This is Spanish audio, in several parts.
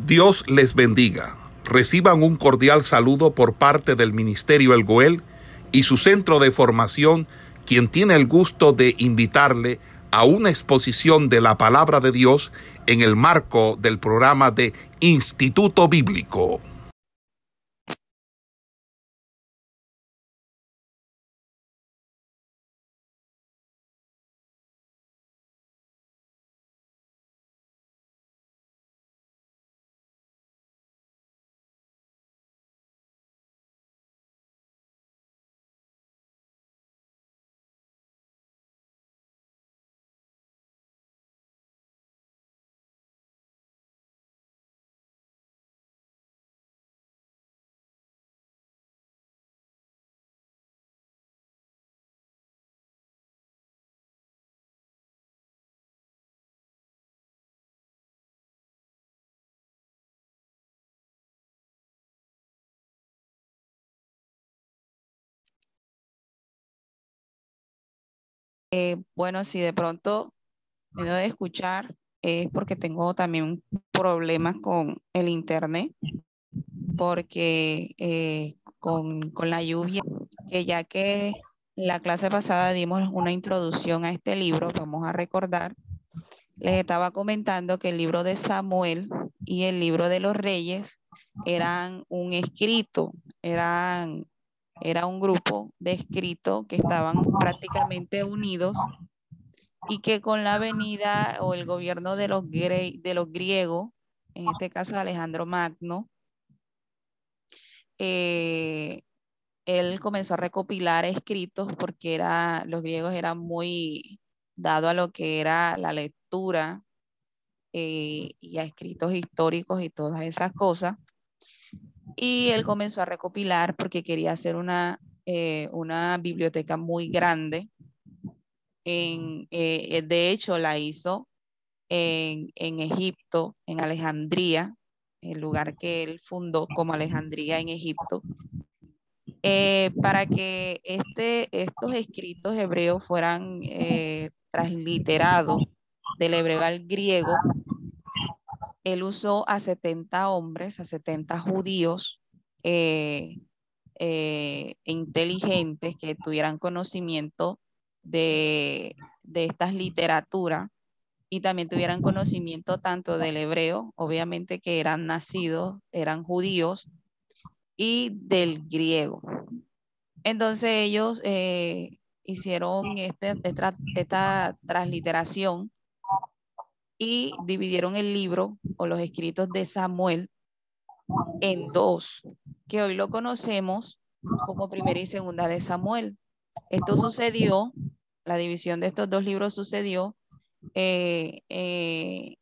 Dios les bendiga. Reciban un cordial saludo por parte del Ministerio El Goel y su centro de formación, quien tiene el gusto de invitarle a una exposición de la Palabra de Dios en el marco del programa de Instituto Bíblico. Bueno, si de pronto me doy de escuchar es porque tengo también problemas con el internet, porque con la lluvia, que ya que la clase pasada dimos una introducción a este libro, vamos a recordar, les estaba comentando que el libro de Samuel y el libro de los Reyes eran un escrito, era un grupo de escritos que estaban prácticamente unidos y que con la venida o el gobierno de de los griegos, en este caso de Alejandro Magno, eh, él comenzó a recopilar escritos porque los griegos eran muy dados a lo que era la lectura y a escritos históricos y todas esas cosas. Y él comenzó a recopilar porque quería hacer una biblioteca muy grande. De hecho, la hizo en Egipto, en Alejandría, el lugar que él fundó como Alejandría en Egipto, para que estos escritos hebreos fueran transliterados del hebreo al griego. Él usó a 70 hombres, a 70 judíos eh, inteligentes que tuvieran conocimiento de estas literaturas y también tuvieran conocimiento tanto del hebreo, obviamente que eran nacidos, eran judíos, y del griego. Entonces ellos hicieron esta transliteración y dividieron el libro o los escritos de Samuel en dos, que hoy lo conocemos como primera y segunda de Samuel. Esto sucedió, la división de estos dos libros sucedió eh, eh,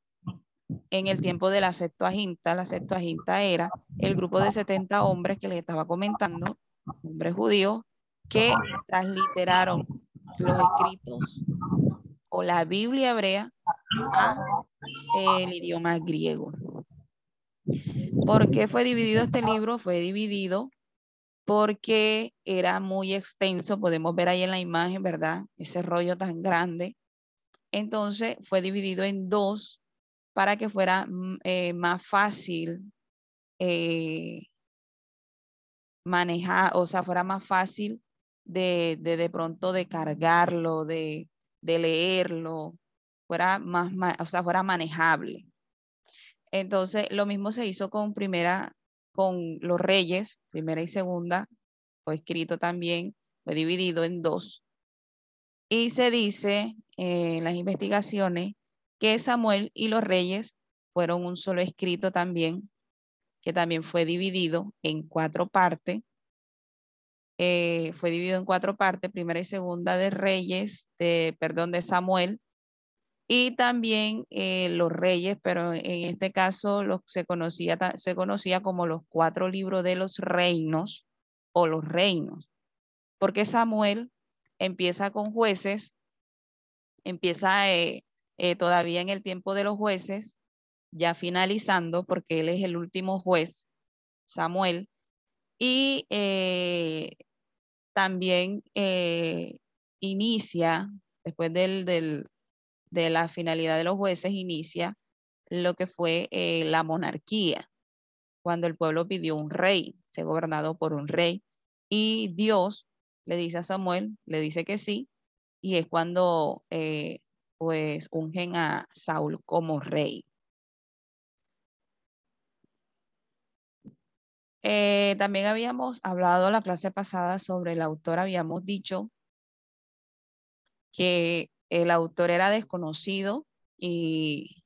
en el tiempo de la Septuaginta. La Septuaginta era el grupo de 70 hombres que les estaba comentando, hombres judíos, que transliteraron los escritos o la Biblia hebrea a el idioma griego. ¿Por qué fue dividido este libro? Fue dividido porque era muy extenso, podemos ver ahí en la imagen, ¿verdad? Ese rollo tan grande. Entonces fue dividido en dos para que fuera más fácil eh, manejar, o sea, fuera más fácil de pronto de cargarlo, de leerlo, fuera o sea, fuera manejable. Entonces, lo mismo se hizo con los reyes, primera y segunda, fue escrito también, fue dividido en dos. Y se dice en las investigaciones que Samuel y los reyes fueron un solo escrito también, que también fue dividido en cuatro partes. Fue dividido en cuatro partes, primera y segunda de Reyes, de Samuel, y también los Reyes, pero en este caso se conocía como los cuatro libros de los reinos o los reinos, porque Samuel empieza con jueces, empieza todavía en el tiempo de los jueces, ya finalizando, porque él es el último juez, Samuel, y también inicia, después de la finalidad de los jueces, inicia lo que fue la monarquía, cuando el pueblo pidió un rey, ser gobernado por un rey, y Dios le dice a Samuel, le dice que sí, y es cuando pues ungen a Saúl como rey. También habíamos hablado la clase pasada sobre el autor, habíamos dicho que el autor era desconocido y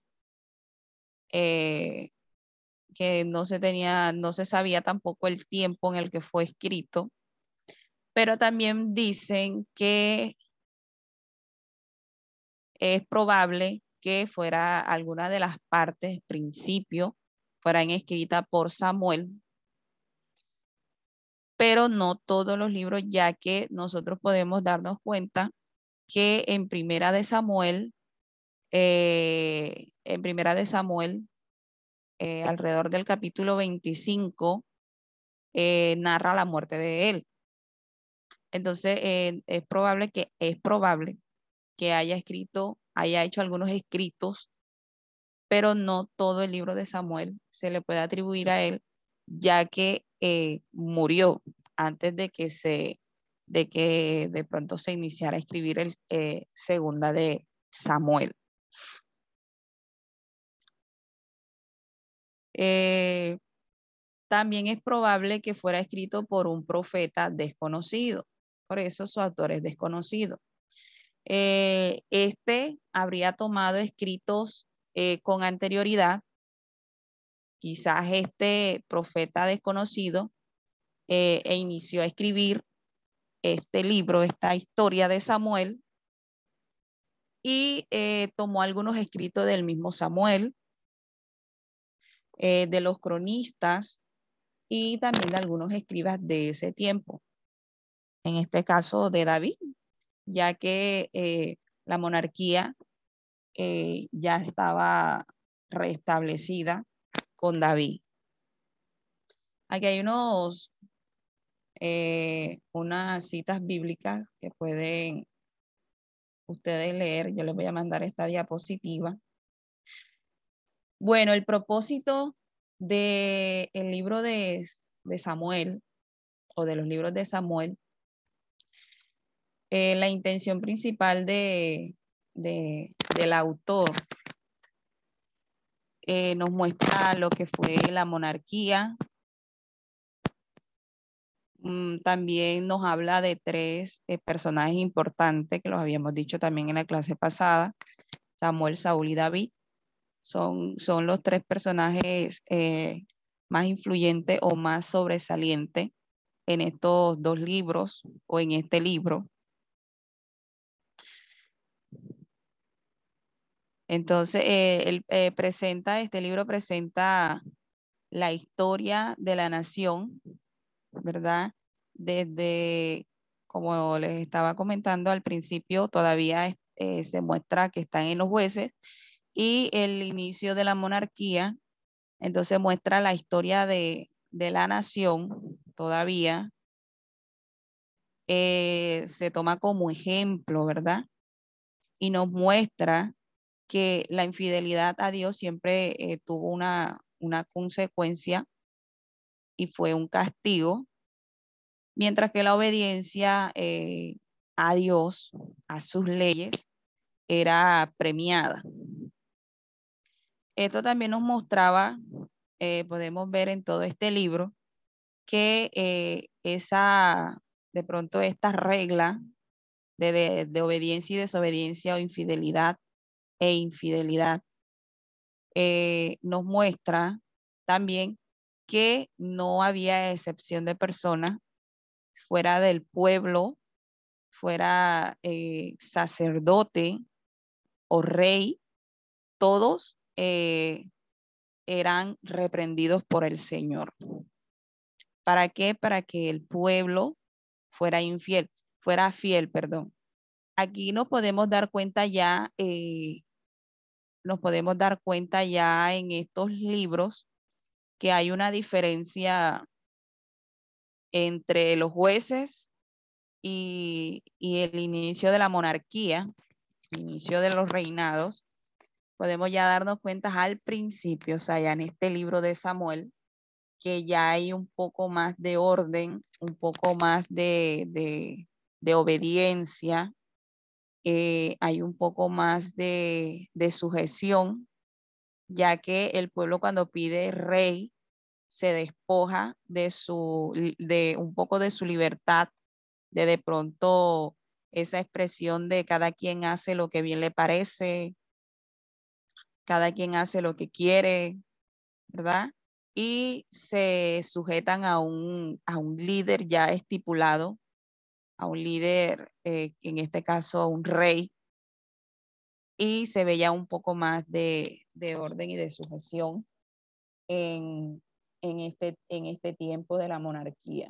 eh, que no se sabía tampoco el tiempo en el que fue escrito, pero también dicen que es probable que fuera alguna de las partes, principio, fueran escritas por Samuel, pero no todos los libros, ya que nosotros podemos darnos cuenta que en Primera de Samuel, alrededor del capítulo 25, narra la muerte de él. Entonces, es probable que haya hecho algunos escritos, pero no todo el libro de Samuel se le puede atribuir a él, ya que murió antes de que de pronto se iniciara a escribir el segunda de Samuel. También es probable que fuera escrito por un profeta desconocido, por eso su autor es desconocido. Este habría tomado escritos con anterioridad. Quizás este profeta desconocido inició a escribir este libro, esta historia de Samuel, y tomó algunos escritos del mismo Samuel, de los cronistas y también de algunos escribas de ese tiempo, en este caso de David, ya que la monarquía ya estaba restablecida con David. Aquí hay unas citas bíblicas que pueden ustedes leer. Yo les voy a mandar esta diapositiva. Bueno, el propósito del libro de Samuel, o de los libros de Samuel, la intención principal del autor nos muestra lo que fue la monarquía. También nos habla de tres personajes importantes que los habíamos dicho también en la clase pasada: Samuel, Saúl y David. Son los tres personajes más influyentes o más sobresalientes en estos dos libros o en este libro. Entonces, este libro presenta la historia de la nación, ¿verdad? Desde, como les estaba comentando al principio, todavía se muestra que están en los jueces, y el inicio de la monarquía. Entonces muestra la historia de la nación todavía. Se toma como ejemplo, ¿verdad? Y nos muestra que la infidelidad a Dios siempre tuvo una consecuencia y fue un castigo, mientras que la obediencia a Dios, a sus leyes, era premiada. Esto también nos mostraba, podemos ver en todo este libro, que de pronto esta regla de obediencia y desobediencia, o infidelidad e infidelidad, nos muestra también que no había excepción de persona fuera del pueblo, fuera sacerdote o rey, todos eran reprendidos por el Señor. ¿Para qué? Para que el pueblo fuera fiel, perdón. Aquí nos podemos dar cuenta ya en estos libros que hay una diferencia entre los jueces y el inicio de la monarquía, inicio de los reinados, podemos ya darnos cuenta al principio, o sea, ya en este libro de Samuel, que ya hay un poco más de orden, un poco más de obediencia, hay un poco más de sujeción, ya que el pueblo cuando pide rey se despoja de un poco de su libertad, de pronto esa expresión de cada quien hace lo que bien le parece, cada quien hace lo que quiere, ¿verdad? Y se sujetan a un líder ya estipulado, a un líder, en este caso a un rey, y se ve ya un poco más de orden y de sujeción en, en este tiempo de la monarquía.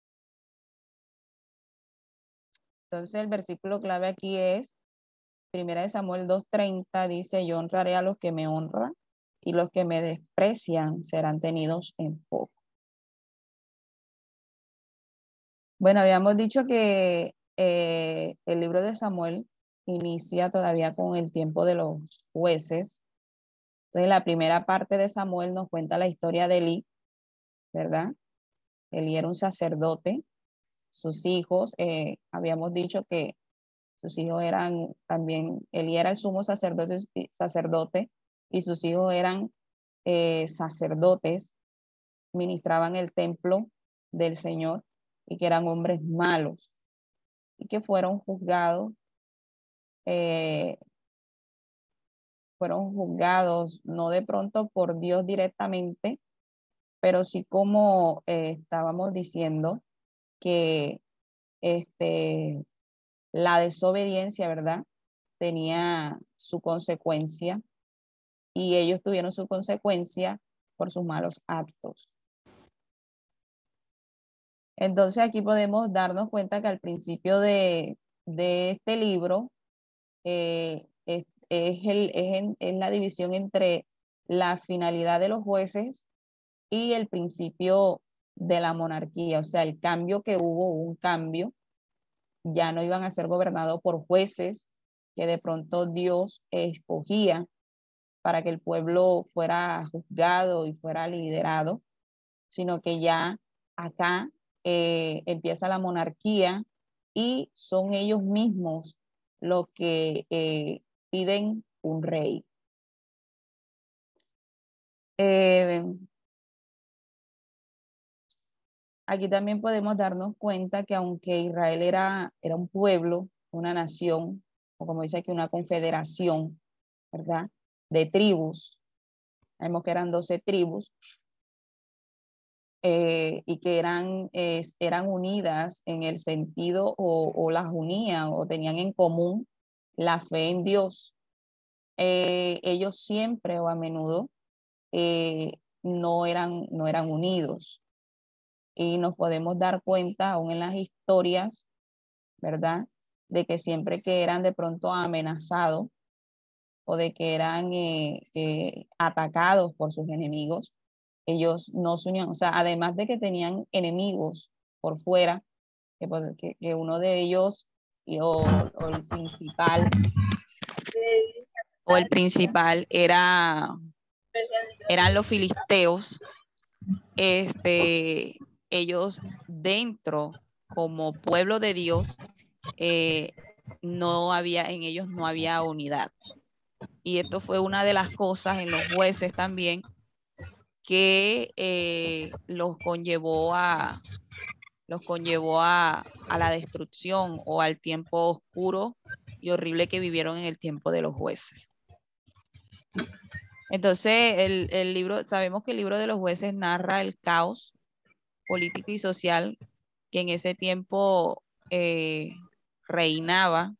Entonces el versículo clave aquí es 1 Samuel 2:30, dice, yo honraré a los que me honran y los que me desprecian serán tenidos en poco. Bueno, habíamos dicho que el libro de Samuel inicia todavía con el tiempo de los jueces. Entonces, la primera parte de Samuel nos cuenta la historia de Elí, ¿verdad? Elí era un sacerdote. Sus hijos, habíamos dicho que sus hijos eran también, Elí era el sumo sacerdote y sus hijos eran sacerdotes, ministraban el templo del Señor y que eran hombres malos y que eh, fueron juzgados no de pronto por Dios directamente, pero sí como estábamos diciendo que este, la desobediencia, ¿verdad? Tenía su consecuencia y ellos tuvieron su consecuencia por sus malos actos. Entonces aquí podemos darnos cuenta que al principio de este libro es la división entre la finalidad de los jueces y el principio de la monarquía, o sea, el cambio que hubo un cambio, ya no iban a ser gobernados por jueces que de pronto Dios escogía para que el pueblo fuera juzgado y fuera liderado, sino que ya acá empieza la monarquía y son ellos mismos los que piden un rey. Eh, Aquí también podemos darnos cuenta que aunque Israel era un pueblo, una nación, o como dice aquí, una confederación, ¿verdad? De tribus, vemos que eran 12 tribus, y que eran unidas en el sentido o las unían o tenían en común la fe en Dios. Ellos siempre o a menudo no eran unidos. Y nos podemos dar cuenta, aún en las historias, ¿verdad? De que siempre que eran de pronto amenazados o de que eran atacados por sus enemigos, ellos no se unían. O sea, además de que tenían enemigos por fuera, que uno de ellos o el principal eran los filisteos. Ellos dentro como pueblo de Dios, en ellos no había unidad. Y esto fue una de las cosas en los jueces también que los conllevó a la destrucción o al tiempo oscuro y horrible que vivieron en el tiempo de los jueces. Entonces, el libro, sabemos que el libro de los jueces narra el caos político y social que en ese tiempo reinaba.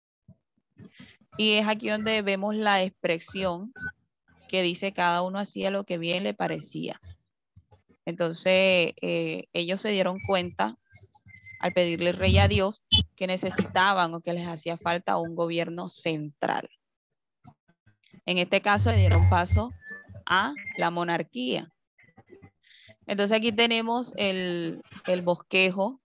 Y es aquí donde vemos la expresión que dice cada uno hacía lo que bien le parecía. Entonces, ellos se dieron cuenta al pedirle rey a Dios que necesitaban o que les hacía falta un gobierno central. En este caso le dieron paso a la monarquía. Entonces aquí tenemos el bosquejo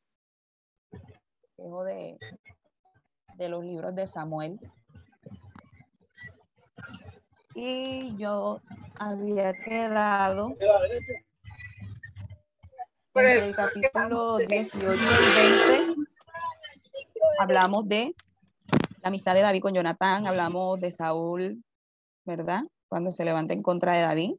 de los libros de Samuel. Y yo había quedado entre el capítulo 18 y 20. Hablamos de la amistad de David con Jonatán, hablamos de Saúl, ¿verdad? Cuando se levanta en contra de David,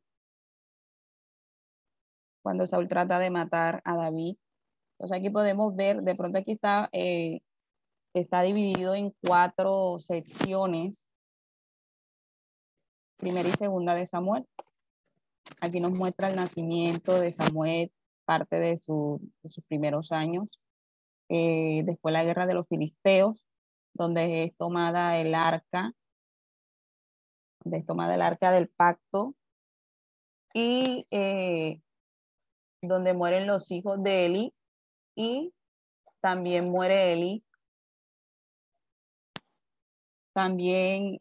cuando Saúl trata de matar a David. Entonces aquí podemos ver, de pronto aquí está dividido en 4 secciones, primera y segunda de Samuel. Aquí nos muestra el nacimiento de Samuel, parte de sus primeros años. Después la guerra de los filisteos, donde es tomada el arca, del pacto, y donde mueren los hijos de Eli, y también muere Eli. También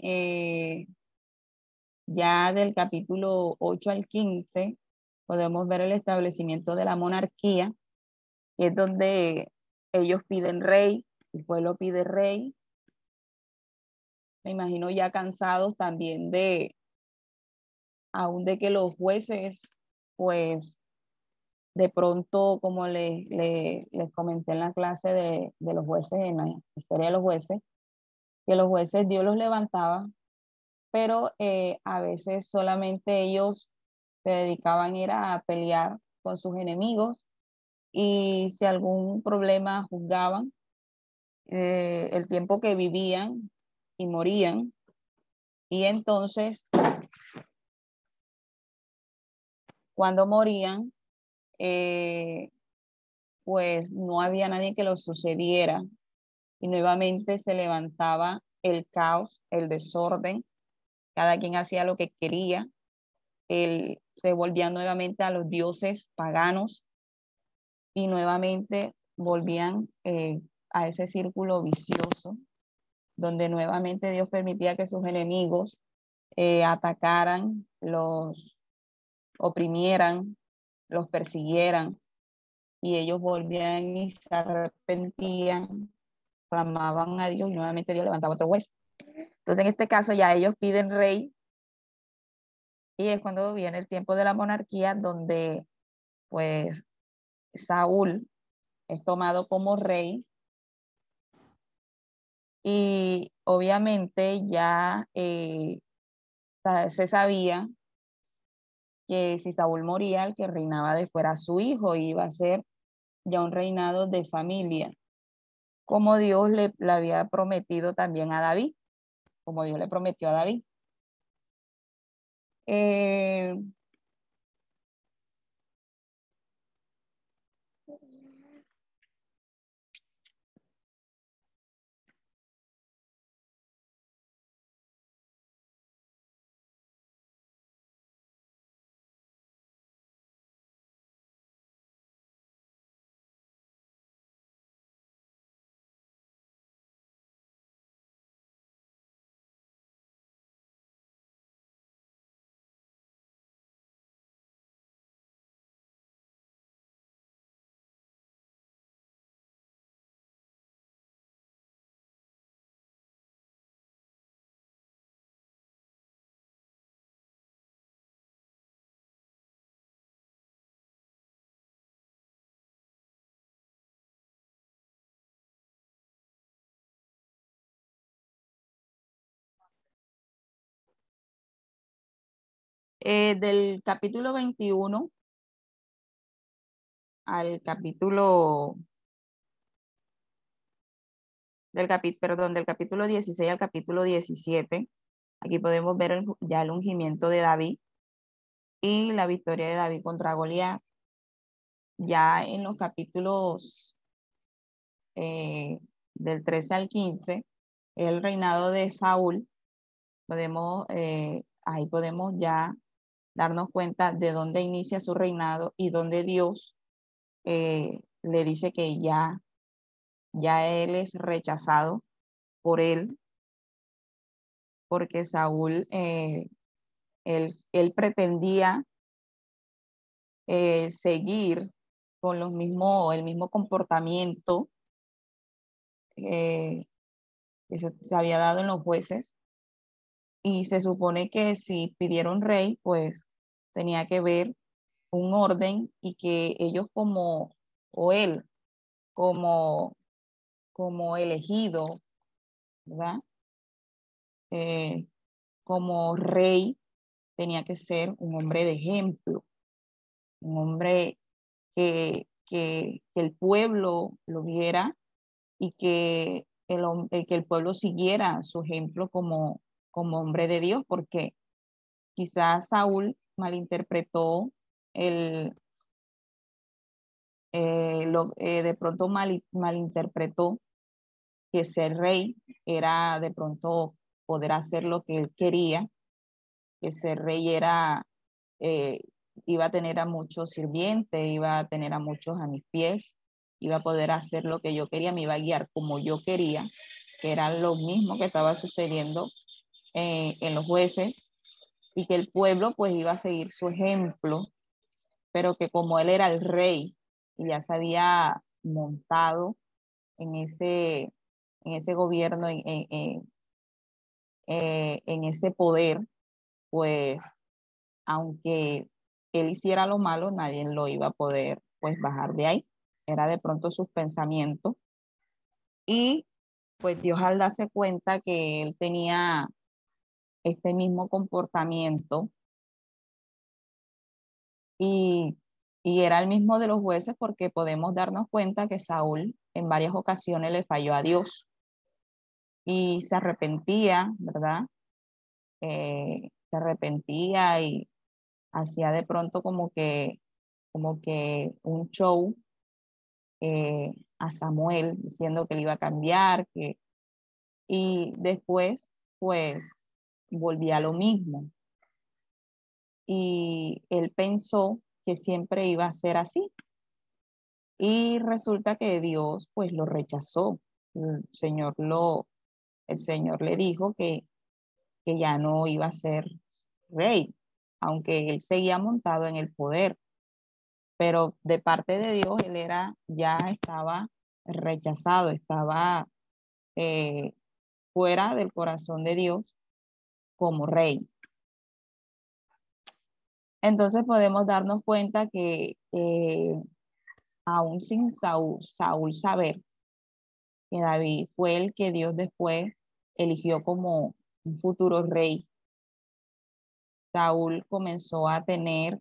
ya del capítulo 8 al 15 podemos ver el establecimiento de la monarquía, que es donde ellos piden rey, el pueblo pide rey. Me imagino ya cansados también aún de que los jueces, pues de pronto, como les comenté en la clase de los jueces, en la historia de los jueces, que los jueces Dios los levantaba, pero a veces solamente ellos se dedicaban era a pelear con sus enemigos, y si algún problema juzgaban el tiempo que vivían y morían, y entonces cuando morían, eh, pues no había nadie que los sucediera, y nuevamente se levantaba el caos, el desorden, cada quien hacía lo que quería, se volvían nuevamente a los dioses paganos, y nuevamente volvían a ese círculo vicioso, donde nuevamente Dios permitía que sus enemigos atacaran, los oprimieran, los persiguieran, y ellos volvían y se arrepentían, clamaban a Dios, y nuevamente Dios levantaba otro juez. Entonces en este caso ya ellos piden rey, y es cuando viene el tiempo de la monarquía, donde pues Saúl es tomado como rey, y obviamente ya se sabía que si Saúl moría, el que reinaba después era su hijo, y iba a ser ya un reinado de familia, como Dios le había prometido también a David, como Dios le prometió a David. Eh, del capítulo 21 al capítulo, del capítulo 16 al capítulo 17, aquí podemos ver ya el ungimiento de David y la victoria de David contra Goliat. Ya en los capítulos del 13 al 15, el reinado de Saúl, ahí podemos ya darnos cuenta de dónde inicia su reinado y dónde Dios le dice que ya él es rechazado por él, porque Saúl, él pretendía seguir con el mismo comportamiento eh, que se había dado en los jueces, y se supone que si pidieron rey, pues tenía que ver un orden y que ellos como, o él como, como elegido, ¿verdad? Eh, como rey tenía que ser un hombre de ejemplo, un hombre que el pueblo lo viera y que que el pueblo siguiera su ejemplo como, como hombre de Dios, porque quizás Saúl malinterpretó el, de pronto malinterpretó que ser rey era de pronto poder hacer lo que él quería, que ser rey era, eh, iba a tener a muchos sirvientes, iba a tener a muchos a mis pies, iba a poder hacer lo que yo quería, me iba a guiar como yo quería, que era lo mismo que estaba sucediendo en los jueces, y que el pueblo pues iba a seguir su ejemplo, pero que como él era el rey y ya se había montado en ese gobierno, en ese poder, pues aunque él hiciera lo malo, nadie lo iba a poder pues bajar de ahí. Era de pronto sus pensamientos. Y pues Dios al darse cuenta que él tenía este mismo comportamiento y, y era el mismo de los jueces, porque podemos darnos cuenta que Saúl en varias ocasiones le falló a Dios y se arrepentía, ¿verdad? Se arrepentía y hacía de pronto como que un show a Samuel diciendo que le iba a cambiar, y después pues volvía a lo mismo. Y él pensó que siempre iba a ser así. Y resulta que Dios pues lo rechazó. El Señor le dijo que ya no iba a ser rey, aunque él seguía montado en el poder. Pero de parte de Dios él ya estaba rechazado, estaba eh, fuera del corazón de Dios como rey. Entonces podemos darnos cuenta que aún sin Saúl saber que David fue el que Dios después eligió como un futuro rey, Saúl comenzó a tener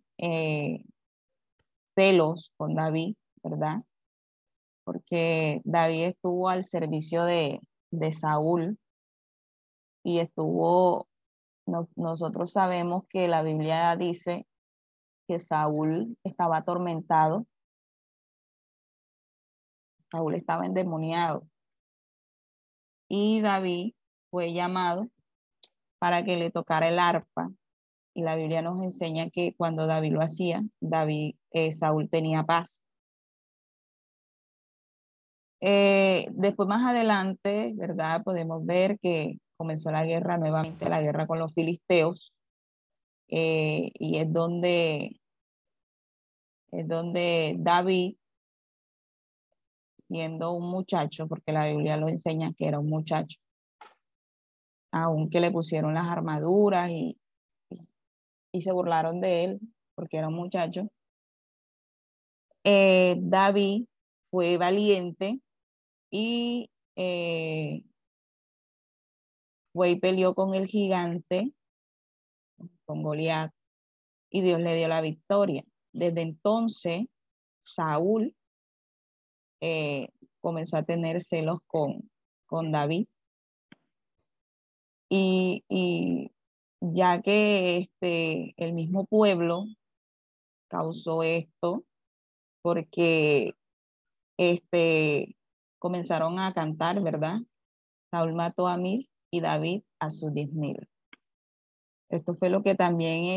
celos con David, ¿verdad? Porque David estuvo al servicio de Saúl y nosotros sabemos que la Biblia dice que Saúl estaba atormentado, Saúl estaba endemoniado, y David fue llamado para que le tocara el arpa, y la Biblia nos enseña que cuando David lo hacía, Saúl tenía paz. Después más adelante, ¿verdad? Podemos ver que comenzó la guerra nuevamente, la guerra con los filisteos, y es donde David, siendo un muchacho, porque la Biblia lo enseña que era un muchacho, aunque le pusieron las armaduras y se burlaron de él porque era un muchacho, David fue valiente y fue y peleó con el gigante, con Goliat, y Dios le dio la victoria. Desde entonces, Saúl eh, comenzó a tener celos con David, y ya que el mismo pueblo causó esto, porque comenzaron a cantar, ¿verdad? Saúl mató a 1000 y David a sus 10.000. Esto fue lo que también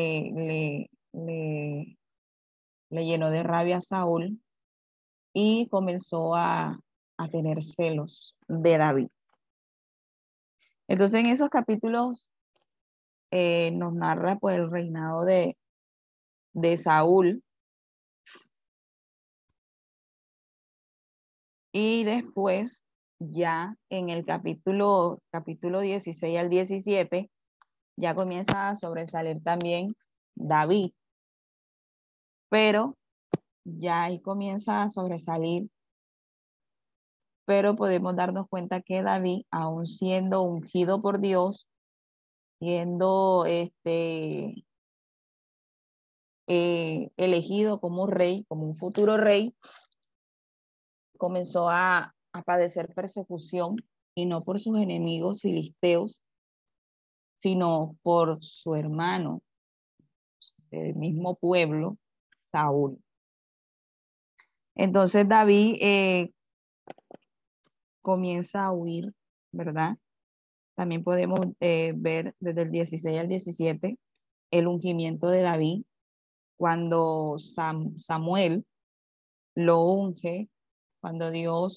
le llenó de rabia a Saúl y comenzó a tener celos de David. Entonces en esos capítulos nos narra pues el reinado de Saúl, y después ya en el capítulo 16 al 17 ya comienza a sobresalir también David, pero ya ahí comienza a sobresalir, pero podemos darnos cuenta que David, aun siendo ungido por Dios, siendo elegido como rey, como un futuro rey, comenzó a padecer persecución, y no por sus enemigos filisteos, sino por su hermano del mismo pueblo, Saúl. Entonces David comienza a huir, ¿verdad? También podemos ver desde el 16 al 17 el ungimiento de David, cuando Samuel lo unge, cuando Dios,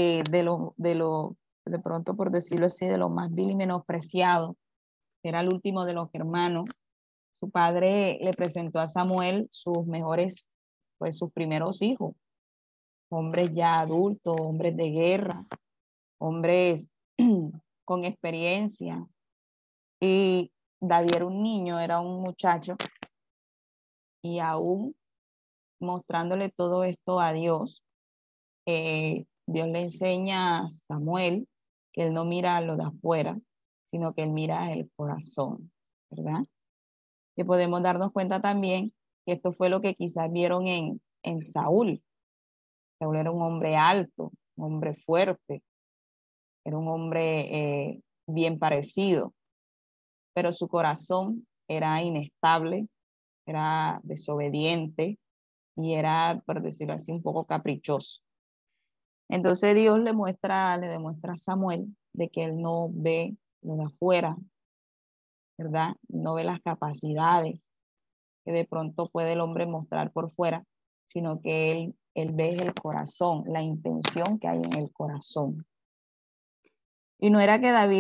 de pronto, por decirlo así, de lo más vil y menospreciado, era el último de los hermanos, su padre le presentó a Samuel sus mejores, pues sus primeros hijos, hombres ya adultos, hombres de guerra, hombres con experiencia. Y David era un niño, era un muchacho, y aún mostrándole todo esto a Dios, Dios le enseña a Samuel que él no mira lo de afuera, sino que él mira el corazón, ¿verdad? Que podemos darnos cuenta también que esto fue lo que quizás vieron en Saúl. Saúl era un hombre alto, un hombre fuerte, era un hombre bien parecido, pero su corazón era inestable, era desobediente y era, por decirlo así, un poco caprichoso. Entonces Dios le demuestra a Samuel de que él no ve lo de afuera, ¿verdad? No ve las capacidades que de pronto puede el hombre mostrar por fuera, sino que él ve el corazón, la intención que hay en el corazón. Y no era que David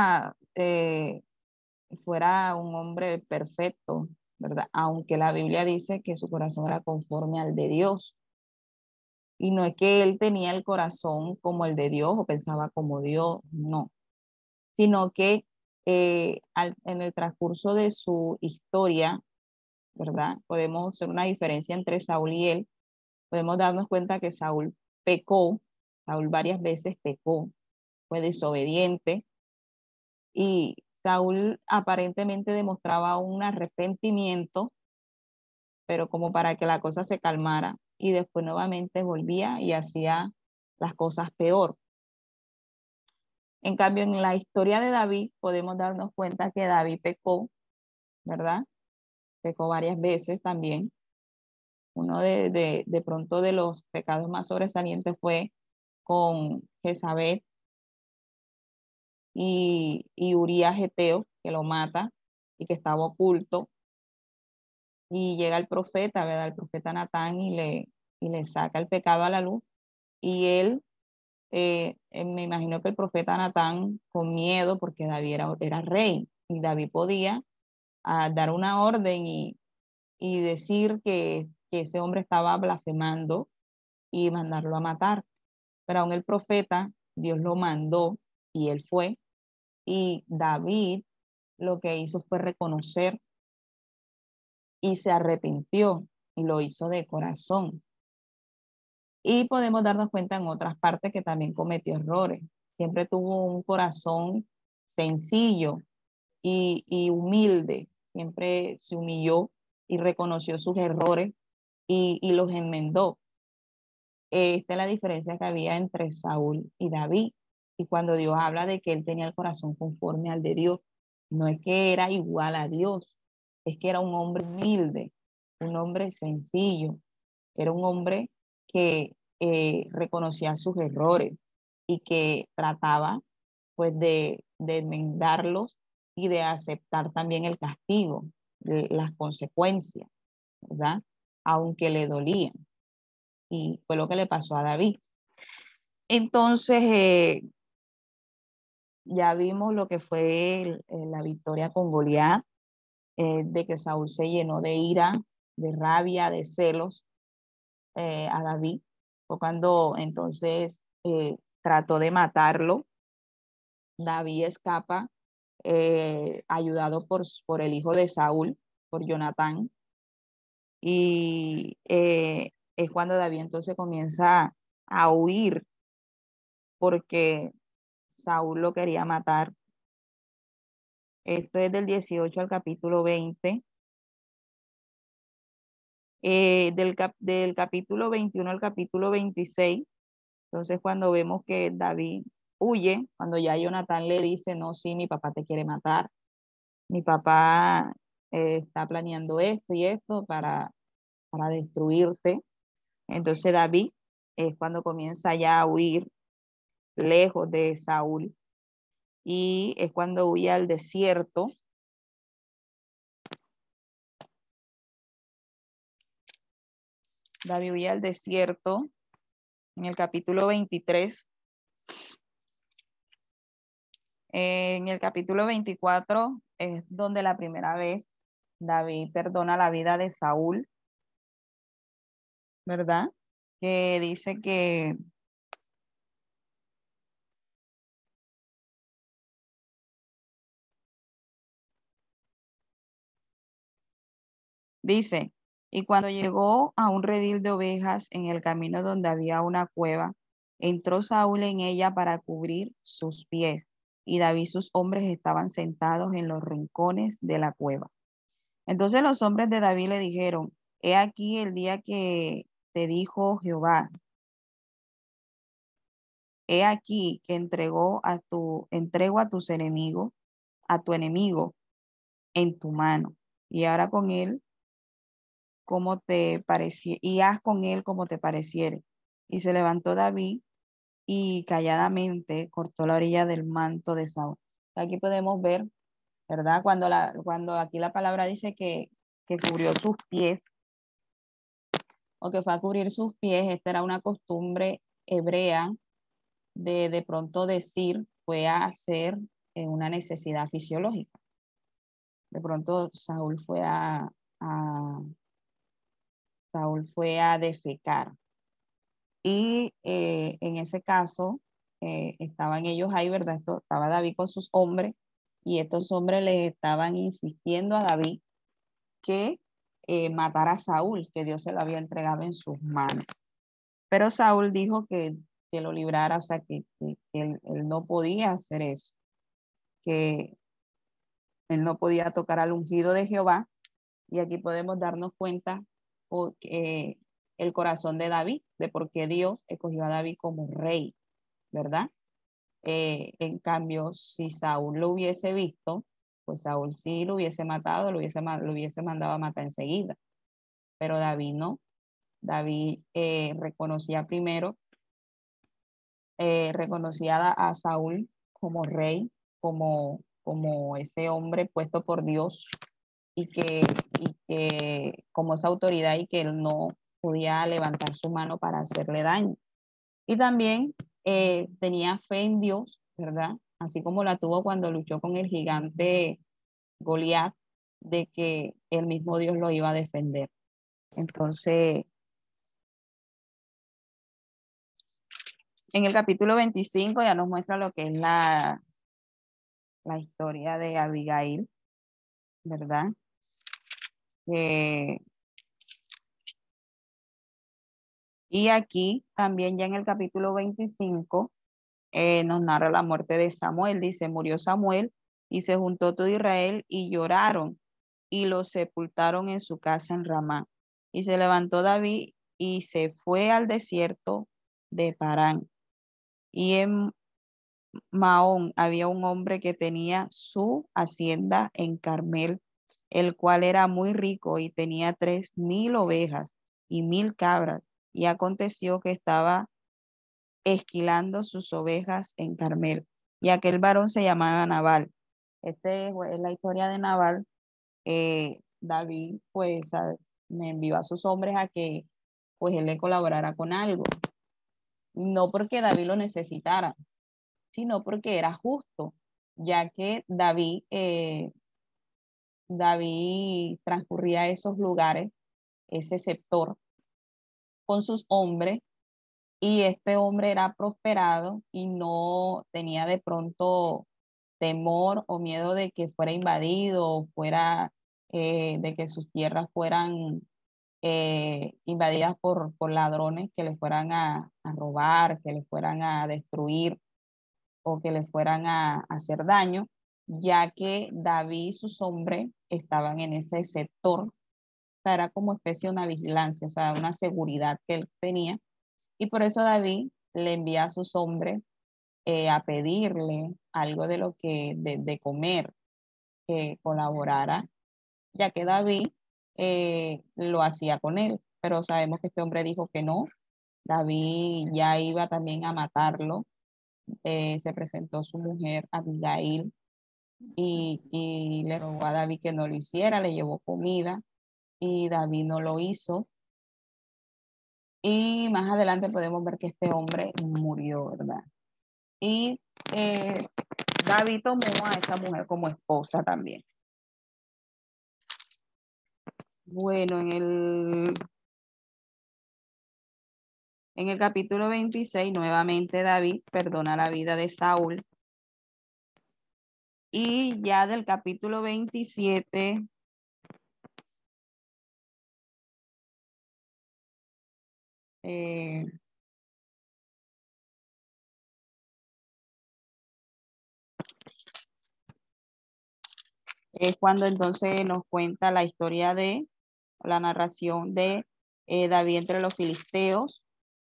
fuera un hombre perfecto, ¿verdad? Aunque la Biblia dice que su corazón era conforme al de Dios. Y no es que él tenía el corazón como el de Dios o pensaba como Dios, no, sino que en el transcurso de su historia, ¿verdad? Podemos hacer una diferencia entre Saúl y él. Podemos darnos cuenta que Saúl pecó, Saúl varias veces pecó, fue desobediente, y Saúl aparentemente demostraba un arrepentimiento, pero como para que la cosa se calmara, y después nuevamente volvía y hacía las cosas peor. En cambio, en la historia de David podemos darnos cuenta que David pecó, ¿verdad? Pecó varias veces también. Uno de pronto de los pecados más sobresalientes fue con Jezabel y Urías Geteo, que lo mata y que estaba oculto. Y llega el profeta, ¿verdad? El profeta Natán, y le saca el pecado a la luz. Y él, me imagino que el profeta Natán, con miedo, porque David era rey, y David podía dar una orden y decir que ese hombre estaba blasfemando y mandarlo a matar. Pero aún el profeta, Dios lo mandó y él fue. Y David lo que hizo fue reconocer y se arrepintió y lo hizo de corazón. Y podemos darnos cuenta en otras partes que también cometió errores. Siempre tuvo un corazón sencillo y humilde. Siempre se humilló y reconoció sus errores y los enmendó. Esta es la diferencia que había entre Saúl y David. Y cuando Dios habla de que él tenía el corazón conforme al de Dios, no es que era igual a Dios, es que era un hombre humilde, un hombre sencillo, era un hombre que reconocía sus errores y que trataba pues de enmendarlos y de aceptar también el castigo, las consecuencias, ¿verdad? Aunque le dolían. Y fue lo que le pasó a David. Entonces, ya vimos lo que fue la victoria con Goliat, de que Saúl se llenó de ira, de rabia, de celos a David. Fue cuando entonces trató de matarlo. David escapa ayudado por el hijo de Saúl, por Jonatán. Y es cuando David entonces comienza a huir porque Saúl lo quería matar. Esto es del 18 al capítulo 20. Del capítulo 21 al capítulo 26. Entonces cuando vemos que David huye, cuando ya Jonatán le dice, no, sí, mi papá te quiere matar, mi papá está planeando esto y esto para destruirte. Entonces David es cuando comienza ya a huir lejos de Saúl y es cuando huye al desierto. David huye al desierto en el capítulo 23. En el capítulo 24 es donde la primera vez David perdona la vida de Saúl, ¿verdad? Que dice que dice, y cuando llegó a un redil de ovejas en el camino donde había una cueva, entró Saúl en ella para cubrir sus pies, y David y sus hombres estaban sentados en los rincones de la cueva. Entonces los hombres de David le dijeron, he aquí el día que te dijo Jehová, he aquí que entrego a tus enemigos, a tu enemigo en tu mano, y ahora con él como te pareciere, y haz con él como te pareciere. Y se levantó David y calladamente cortó la orilla del manto de Saúl. Aquí podemos ver, ¿verdad? Cuando aquí la palabra dice que cubrió sus pies, o que fue a cubrir sus pies, esta era una costumbre hebrea de pronto decir, fue a hacer una necesidad fisiológica. De pronto a, Saúl fue a defecar. Y en ese caso, estaban ellos ahí, ¿verdad? Estaba David con sus hombres y estos hombres le estaban insistiendo a David que matara a Saúl, que Dios se lo había entregado en sus manos. Pero Saúl dijo que lo librara, o sea, que él no podía hacer eso, que él no podía tocar al ungido de Jehová. Y aquí podemos darnos cuenta porque, el corazón de David, de por qué Dios escogió a David como rey, ¿verdad? En cambio, si Saúl lo hubiese visto, pues Saúl sí lo hubiese matado, lo hubiese mandado a matar enseguida. Pero David no. David reconocía primero, reconocía a Saúl como rey, como ese hombre puesto por Dios y que como esa autoridad y que él no podía levantar su mano para hacerle daño. Y también tenía fe en Dios, ¿verdad? Así como la tuvo cuando luchó con el gigante Goliat, de que el mismo Dios lo iba a defender. Entonces, en el capítulo 25 ya nos muestra lo que es la historia de Abigail, ¿verdad? Eh, y aquí también ya en el capítulo 25 nos narra la muerte de Samuel. Dice, murió Samuel y se juntó todo Israel y lloraron y lo sepultaron en su casa en Ramá. Y se levantó David y se fue al desierto de Parán. Y en Maón había un hombre que tenía su hacienda en Carmel, el cual era muy rico y tenía 3,000 ovejas y 1,000 cabras. Y aconteció que estaba esquilando sus ovejas en Carmel. Y aquel varón se llamaba Nabal. Es la historia de Nabal. David, pues, me envió a sus hombres a que, pues, él le colaborara con algo. No porque David lo necesitara, sino porque era justo, ya que David transcurría esos lugares, ese sector, con sus hombres, y este hombre era prosperado y no tenía de pronto temor o miedo de que fuera invadido o fuera de que sus tierras fueran invadidas por ladrones que le fueran a robar, que le fueran a destruir o que le fueran a hacer daño, ya que David y sus hombres estaban en ese sector. O sea, era como especie de una vigilancia, o sea, una seguridad que él tenía. Y por eso David le envía a sus hombres a pedirle algo de lo que de comer, que colaborara, ya que David lo hacía con él. Pero sabemos que este hombre dijo que no. David ya iba también a matarlo. Se presentó su mujer Abigail y le rogó a David que no lo hiciera, le llevó comida y David no lo hizo. Y más adelante podemos ver que este hombre murió, ¿verdad? Y eh, David tomó a esa mujer como esposa también. Bueno, en el capítulo 26, nuevamente David perdona la vida de Saúl. Y ya del capítulo 27, es cuando entonces nos cuenta la historia de la narración de David entre los filisteos.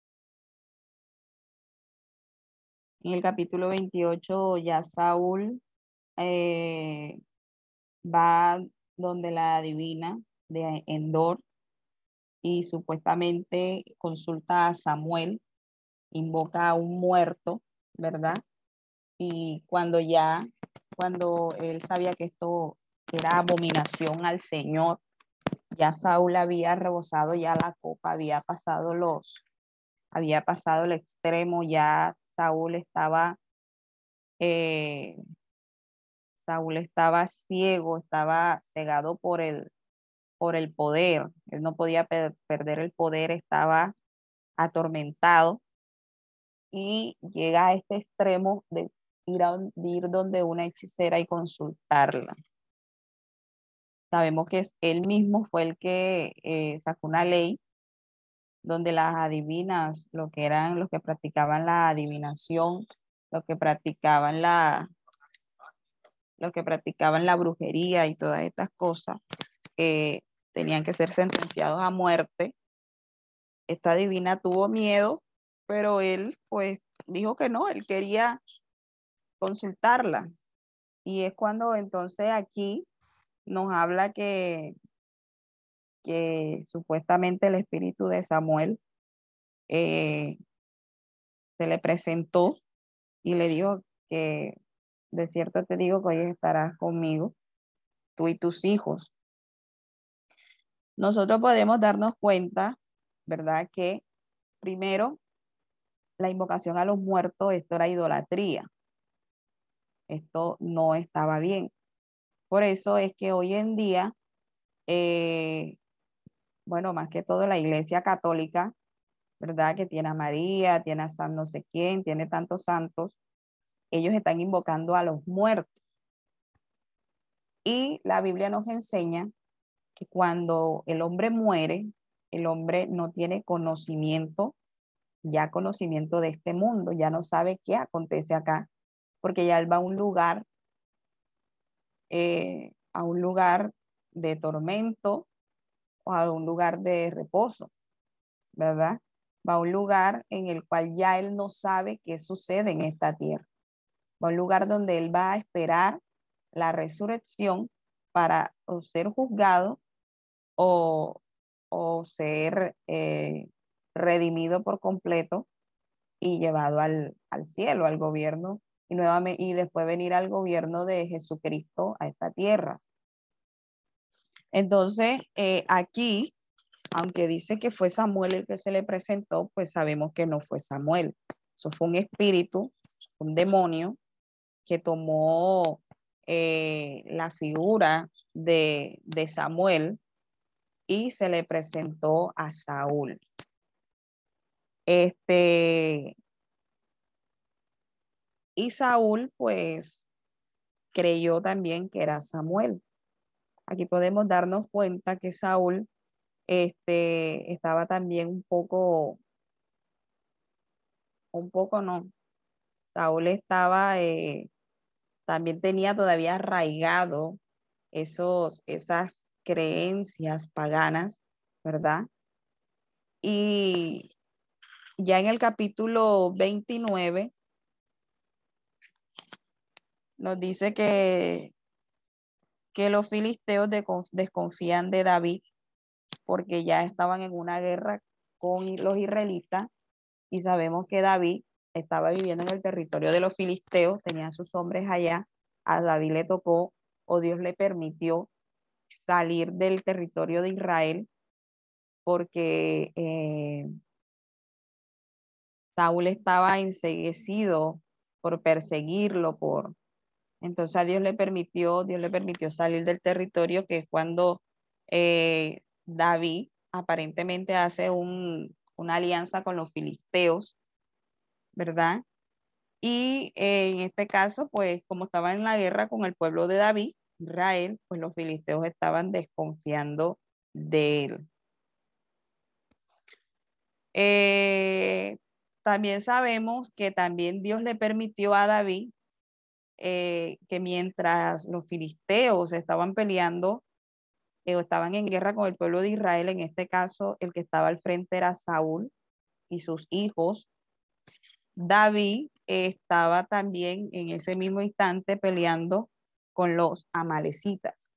En el capítulo 28 ya Saúl eh, va donde la adivina de Endor y supuestamente consulta a Samuel, invoca a un muerto, ¿verdad? Y cuando él sabía que esto era abominación al Señor, ya Saúl había rebosado ya la copa, había pasado el extremo, ya eh, Saúl estaba ciego, estaba cegado por el poder, él no podía perder el poder, estaba atormentado y llega a este extremo de de ir donde una hechicera y consultarla. Sabemos que él mismo fue el que sacó una ley donde las adivinas, lo que eran los que practicaban la adivinación, los que practicaban los que practicaban la brujería y todas estas cosas, eh, tenían que ser sentenciados a muerte. Esta divina tuvo miedo, pero él pues dijo que no, él quería consultarla. Y es cuando entonces aquí nos habla que supuestamente el espíritu de Samuel eh, se le presentó y le dijo que de cierto te digo que hoy estarás conmigo, tú y tus hijos. Nosotros podemos darnos cuenta, ¿verdad? Que primero la invocación a los muertos, esto era idolatría, esto no estaba bien. Por eso es que hoy en día, eh, bueno, más que todo la Iglesia Católica, ¿verdad? Que tiene a María, tiene a San no sé quién, tiene tantos santos, ellos están invocando a los muertos. Y la Biblia nos enseña que cuando el hombre muere, el hombre no tiene conocimiento, ya conocimiento de este mundo, ya no sabe qué acontece acá, porque ya él va a un lugar de tormento o a un lugar de reposo, ¿verdad? Va a un lugar en el cual ya él no sabe qué sucede en esta tierra. Va a un lugar donde él va a esperar la resurrección para o ser juzgado o, o ser redimido por completo y llevado al cielo, al gobierno, y, nuevamente, y después venir al gobierno de Jesucristo a esta tierra. Entonces, aquí, aunque dice que fue Samuel el que se le presentó, pues sabemos que no fue Samuel. Eso fue un espíritu, un demonio que tomó la figura de Samuel y se le presentó a Saúl. Y Saúl, pues, creyó también que era Samuel. Aquí podemos darnos cuenta que Saúl estaba también un poco no, Saúl estaba, también tenía todavía arraigado esas creencias paganas, ¿verdad? Y ya en el capítulo 29 nos dice que los filisteos desconfían de David porque ya estaban en una guerra con los israelitas y sabemos que David estaba viviendo en el territorio de los filisteos, tenía sus hombres allá, a David le tocó o Dios le permitió salir del territorio de Israel porque Saúl estaba enceguecido por perseguirlo, entonces a Dios le permitió salir del territorio, que es cuando David aparentemente hace una alianza con los filisteos, ¿verdad? Y en este caso, pues como estaba en la guerra con el pueblo de David, Israel, pues los filisteos estaban desconfiando de él. También sabemos que también Dios le permitió a David que mientras los filisteos estaban peleando o estaban en guerra con el pueblo de Israel, en este caso el que estaba al frente era Saúl y sus hijos, David estaba también en ese mismo instante peleando con los amalecitas.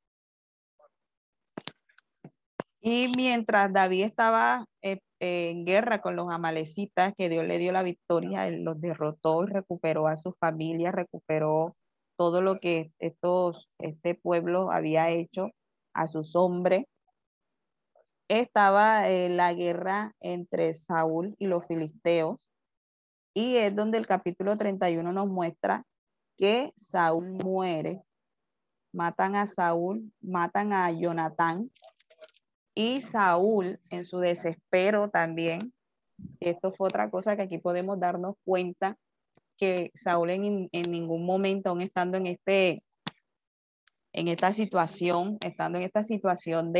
Y mientras David estaba en guerra con los amalecitas, que Dios le dio la victoria, él los derrotó y recuperó a su familia, recuperó todo lo que este pueblo había hecho a sus hombres. Estaba la guerra entre Saúl y los filisteos, y es donde el capítulo 31 nos muestra que Saúl muere, matan a Saúl, matan a Jonatán, y Saúl en su desespero también, esto fue otra cosa que aquí podemos darnos cuenta, que Saúl en ningún momento, aún estando estando en esta situación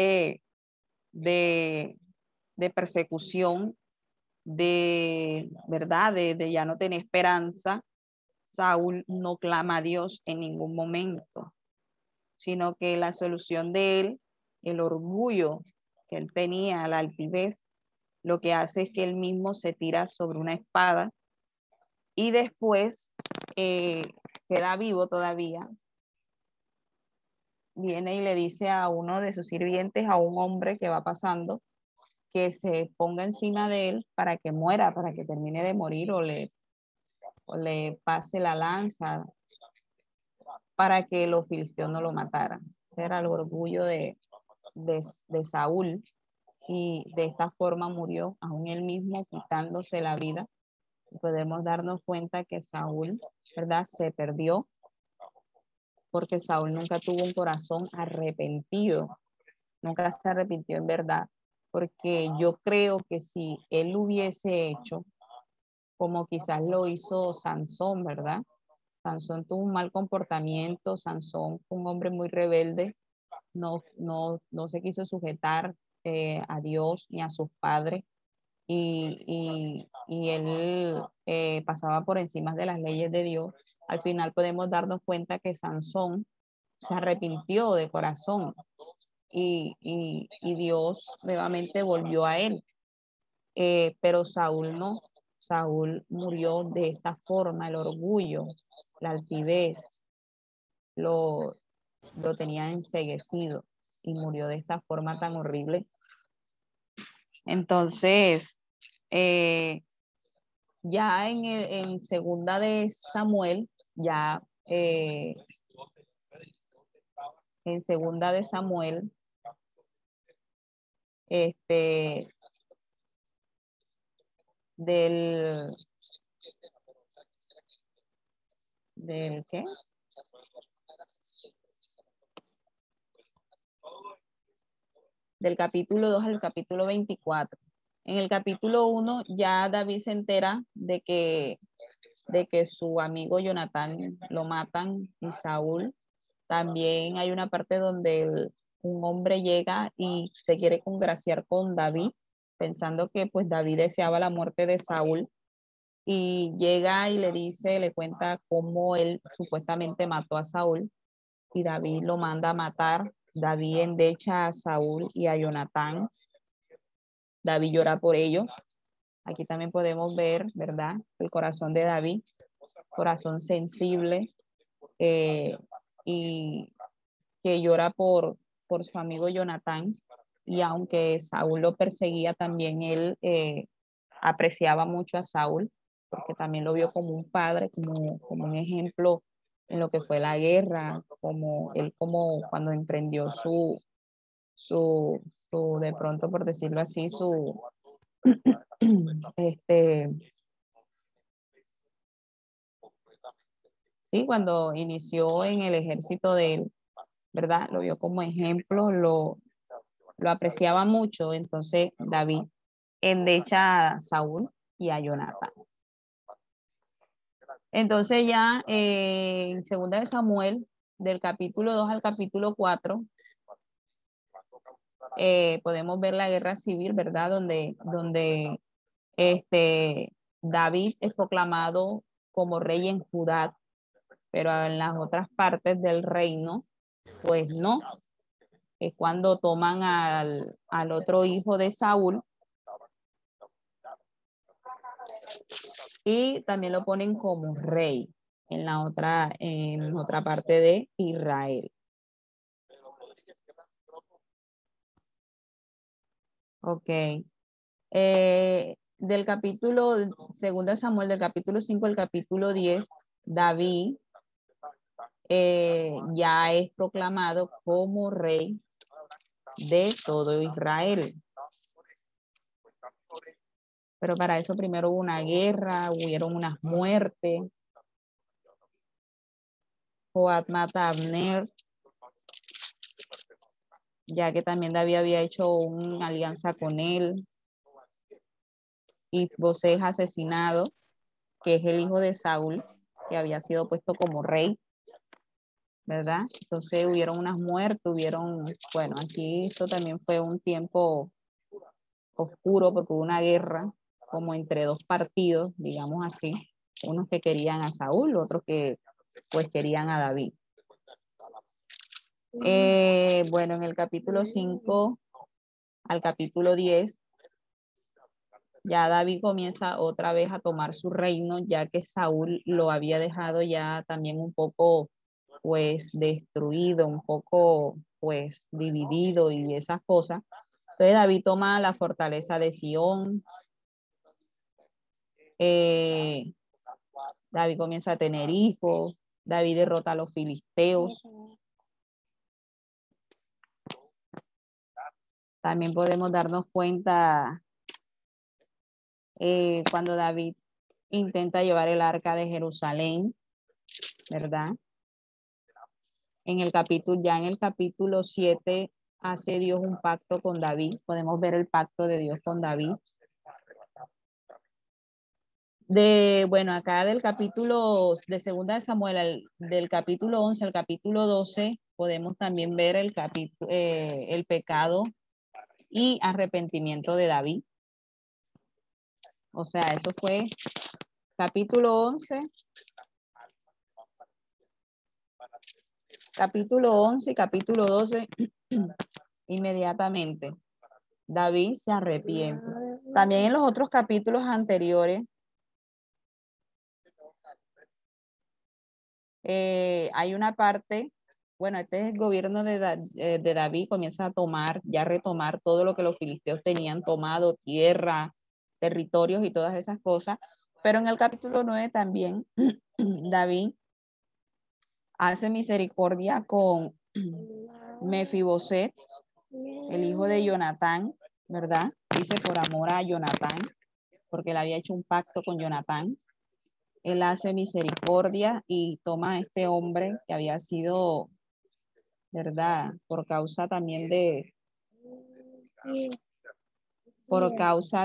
de, de persecución, de verdad, de ya no tener esperanza, Saúl no clama a Dios en ningún momento, sino que la solución de él, el orgullo que él tenía, la altivez, lo que hace es que él mismo se tira sobre una espada y después eh, queda vivo todavía. Viene y le dice a uno de sus sirvientes, a un hombre que va pasando, que se ponga encima de él para que muera, para que termine de morir o le pase la lanza para que los filisteos no lo mataran. Ese era el orgullo de Saúl, y de esta forma murió, aún él mismo quitándose la vida. Podemos darnos cuenta que Saúl, ¿verdad?, se perdió porque Saúl nunca tuvo un corazón arrepentido, nunca se arrepintió en verdad, porque yo creo que si él lo hubiese hecho, como quizás lo hizo Sansón, ¿verdad? Sansón tuvo un mal comportamiento, Sansón fue un hombre muy rebelde, no se quiso sujetar a Dios ni a sus padres, y él pasaba por encima de las leyes de Dios. Al final podemos darnos cuenta que Sansón se arrepintió de corazón y Dios nuevamente volvió a él. Pero Saúl no, Saúl murió de esta forma, el orgullo, la altivez, lo, lo tenía enceguecido y murió de esta forma tan horrible. Entonces, ya en segunda de Samuel, ya en segunda de Samuel, del, ¿del qué? Del capítulo 2 al capítulo 24. En el capítulo 1 ya David se entera de que su amigo Jonatán lo matan y Saúl También hay una parte donde un hombre llega y se quiere congraciar con David, pensando que pues David deseaba la muerte de Saúl, y llega y le dice, le cuenta cómo él supuestamente mató a Saúl y David lo manda a matar. David endecha a Saúl y a Jonatán. David llora por ellos. Aquí también podemos ver, ¿verdad? El corazón de David, corazón sensible, y que llora por su amigo Jonatán. Y aunque Saúl lo perseguía, también él apreciaba mucho a Saúl, porque también lo vio como un padre, como un ejemplo en lo que fue la guerra, como él como cuando emprendió de pronto, por decirlo así, este, sí, cuando inició en el ejército de él, ¿verdad? Lo vio como ejemplo, lo apreciaba mucho. Entonces David endecha a Saúl y a Jonatán. Entonces ya en segunda de Samuel, del capítulo 2 al capítulo 4, podemos ver la guerra civil, ¿verdad? Donde David es proclamado como rey en Judá, pero en las otras partes del reino, pues no. Es cuando toman al otro hijo de Saúl y también lo ponen como rey en otra parte de Israel. Ok. Del capítulo, segundo Samuel, del capítulo 5 al capítulo 10, David ya es proclamado como rey de todo Israel. Pero para eso primero hubo una guerra, hubieron unas muertes. Joab mata a Abner, ya que también David había hecho una alianza con él. Y Bosé es asesinado, que es el hijo de Saúl, que había sido puesto como rey, ¿verdad? Entonces hubieron unas muertes, bueno, aquí esto también fue un tiempo oscuro porque hubo una guerra como entre dos partidos, digamos así, unos que querían a Saúl, otros que pues querían a David. Bueno, en el capítulo 5 al capítulo 10, ya David comienza otra vez a tomar su reino, ya que Saúl lo había dejado ya también un poco pues destruido, un poco pues dividido y esas cosas. Entonces David toma la fortaleza de Sión. David comienza a tener hijos. David derrota a los filisteos. También podemos darnos cuenta cuando David intenta llevar el arca de Jerusalén, ¿verdad? Ya en el capítulo 7 hace Dios un pacto con David. Podemos ver el pacto de Dios con David. Bueno, acá del capítulo de segunda de Samuel, del capítulo 11 al capítulo 12, podemos también ver el pecado y arrepentimiento de David. O sea, eso fue capítulo 11, y capítulo 12, inmediatamente. David se arrepiente. También en los otros capítulos anteriores hay una parte, bueno, este es el gobierno de David, comienza a retomar todo lo que los filisteos tenían tomado, tierra, territorios y todas esas cosas. Pero en el capítulo 9 también David hace misericordia con Mefiboset, el hijo de Jonatán, ¿verdad? Dice por amor a Jonatán, porque él había hecho un pacto con Jonatán. Él hace misericordia y toma a este hombre que había sido, ¿verdad? Por causa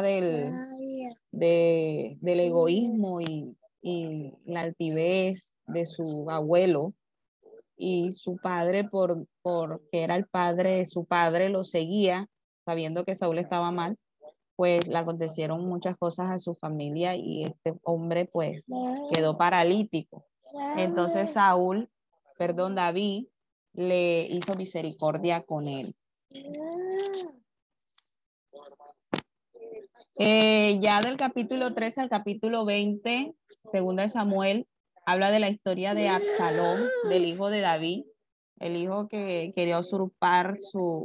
del egoísmo y la altivez de su abuelo, y su padre, porque era el padre, su padre lo seguía, sabiendo que Saúl estaba mal, pues le acontecieron muchas cosas a su familia y este hombre pues quedó paralítico. Entonces David le hizo misericordia con él. Ya del capítulo 13 al capítulo 20, segunda de Samuel, habla de la historia de Absalón, del hijo de David, el hijo que quería usurpar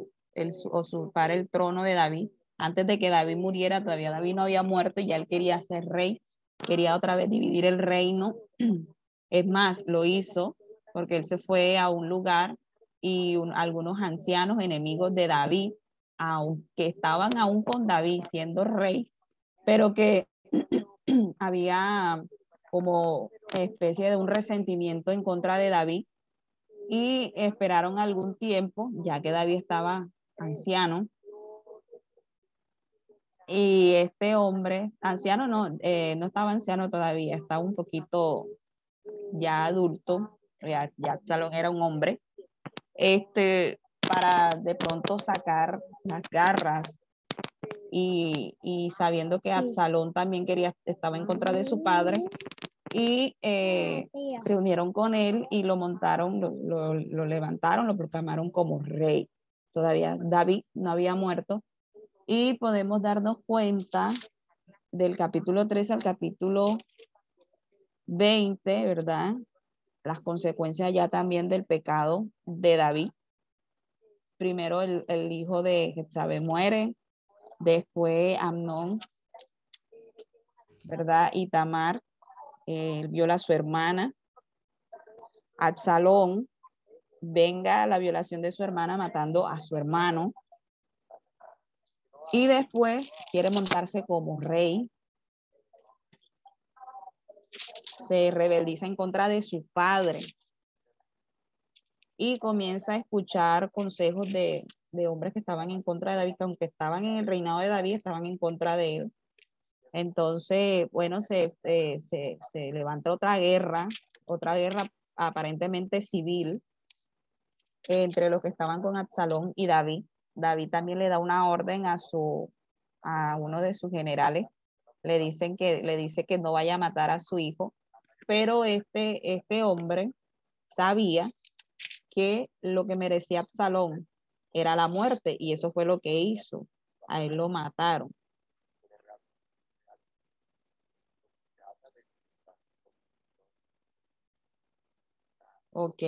el trono de David. Antes de que David muriera, todavía David no había muerto y ya él quería ser rey, quería otra vez dividir el reino. Es más, lo hizo porque él se fue a un lugar y algunos ancianos enemigos de David, aunque estaban aún con David siendo rey, pero que había como especie de un resentimiento en contra de David y esperaron algún tiempo, ya que David estaba anciano. Y este hombre, anciano no estaba anciano todavía, estaba un poquito ya adulto, ya Absalón era un hombre, para de pronto sacar las garras y sabiendo que Absalón también estaba en contra de su padre, y se unieron con él y lo montaron, lo levantaron, lo proclamaron como rey. Todavía David no había muerto y podemos darnos cuenta del capítulo 13 al capítulo 20, ¿verdad? Las consecuencias ya también del pecado de David. Primero el hijo de Jezabel muere, después Amnón, ¿verdad? Y Tamar viola a su hermana. Absalón venga la violación de su hermana matando a su hermano. Y después quiere montarse como rey. Se rebeldiza en contra de su padre. Y comienza a escuchar consejos de hombres que estaban en contra de David, que aunque estaban en el reinado de David, estaban en contra de él. Entonces, bueno, se levanta otra guerra aparentemente civil entre los que estaban con Absalón y David. David también le da una orden a uno de sus generales, le dice que no vaya a matar a su hijo, pero este hombre sabía que lo que merecía Absalón era la muerte y eso fue lo que hizo. A él lo mataron. Ok.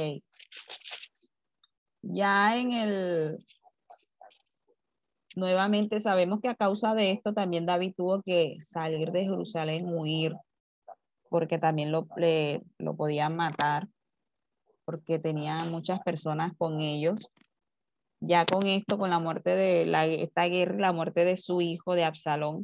Ya nuevamente sabemos que a causa de esto también David tuvo que salir de Jerusalén, huir, porque también lo podían matar, porque tenía muchas personas con ellos. Ya con esto, con la muerte esta guerra y la muerte de su hijo, de Absalón,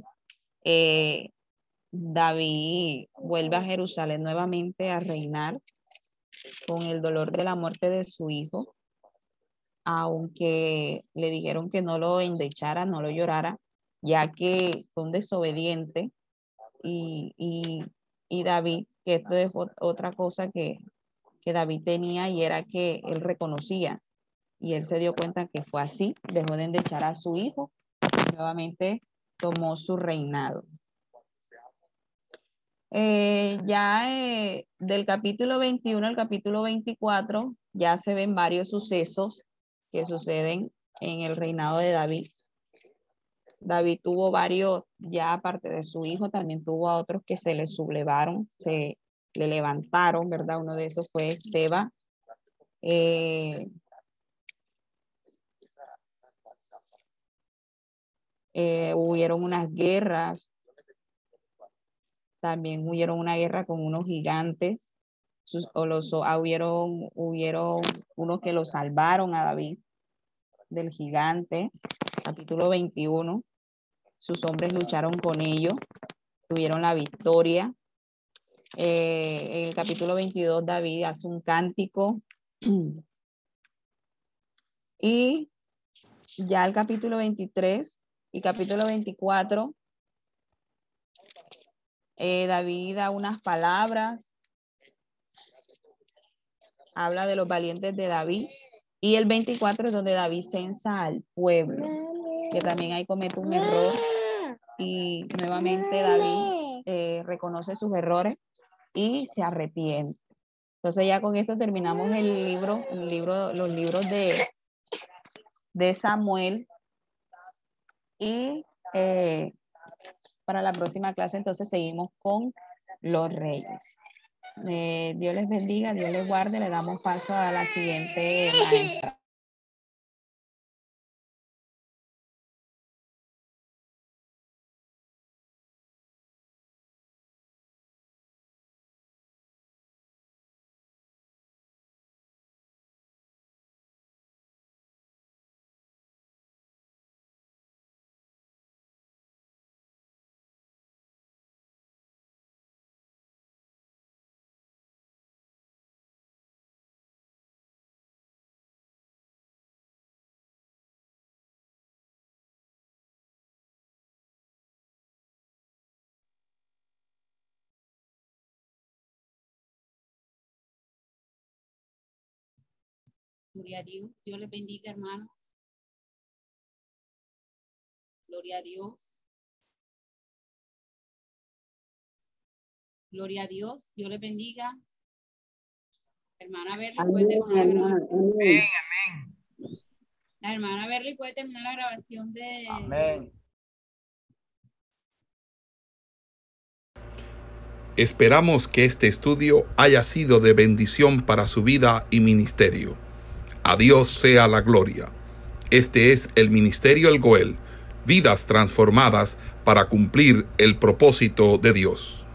David vuelve a Jerusalén nuevamente a reinar con el dolor de la muerte de su hijo, aunque le dijeron que no lo endechara, no lo llorara, ya que fue un desobediente y David, que esto es otra cosa que David tenía y era que él reconocía y él se dio cuenta que fue así, dejó de endechar a su hijo y nuevamente tomó su reinado. Del capítulo 21 al capítulo 24 ya se ven varios sucesos que suceden en el reinado de David. David tuvo varios, ya aparte de su hijo, también tuvo a otros que se le sublevaron, se le levantaron, ¿verdad? Uno de esos fue Seba. Hubieron unas guerras, también hubieron una guerra con unos gigantes, hubieron unos que lo salvaron a David del gigante, capítulo 21, sus hombres lucharon con ellos, tuvieron la victoria. En el capítulo 22 David hace un cántico y ya el capítulo 23 y capítulo 24 David da unas palabras habla de los valientes de David. Y el 24 es donde David censa al pueblo, que también ahí comete un error. Y nuevamente David reconoce sus errores y se arrepiente. Entonces ya con esto terminamos los libros de Samuel. Y para la próxima clase entonces seguimos con los reyes. Dios les bendiga, Dios les guarde. Le damos paso a la siguiente maestra. Gloria a Dios. Dios les bendiga, hermanos. Gloria a Dios. Gloria a Dios. Dios les bendiga. Hermana Berly puede terminar la grabación. Amén, amén. La hermana Berly puede terminar la grabación de... Amén. Esperamos que este estudio haya sido de bendición para su vida y ministerio. A Dios sea la gloria. Este es el Ministerio El Goel, vidas transformadas para cumplir el propósito de Dios.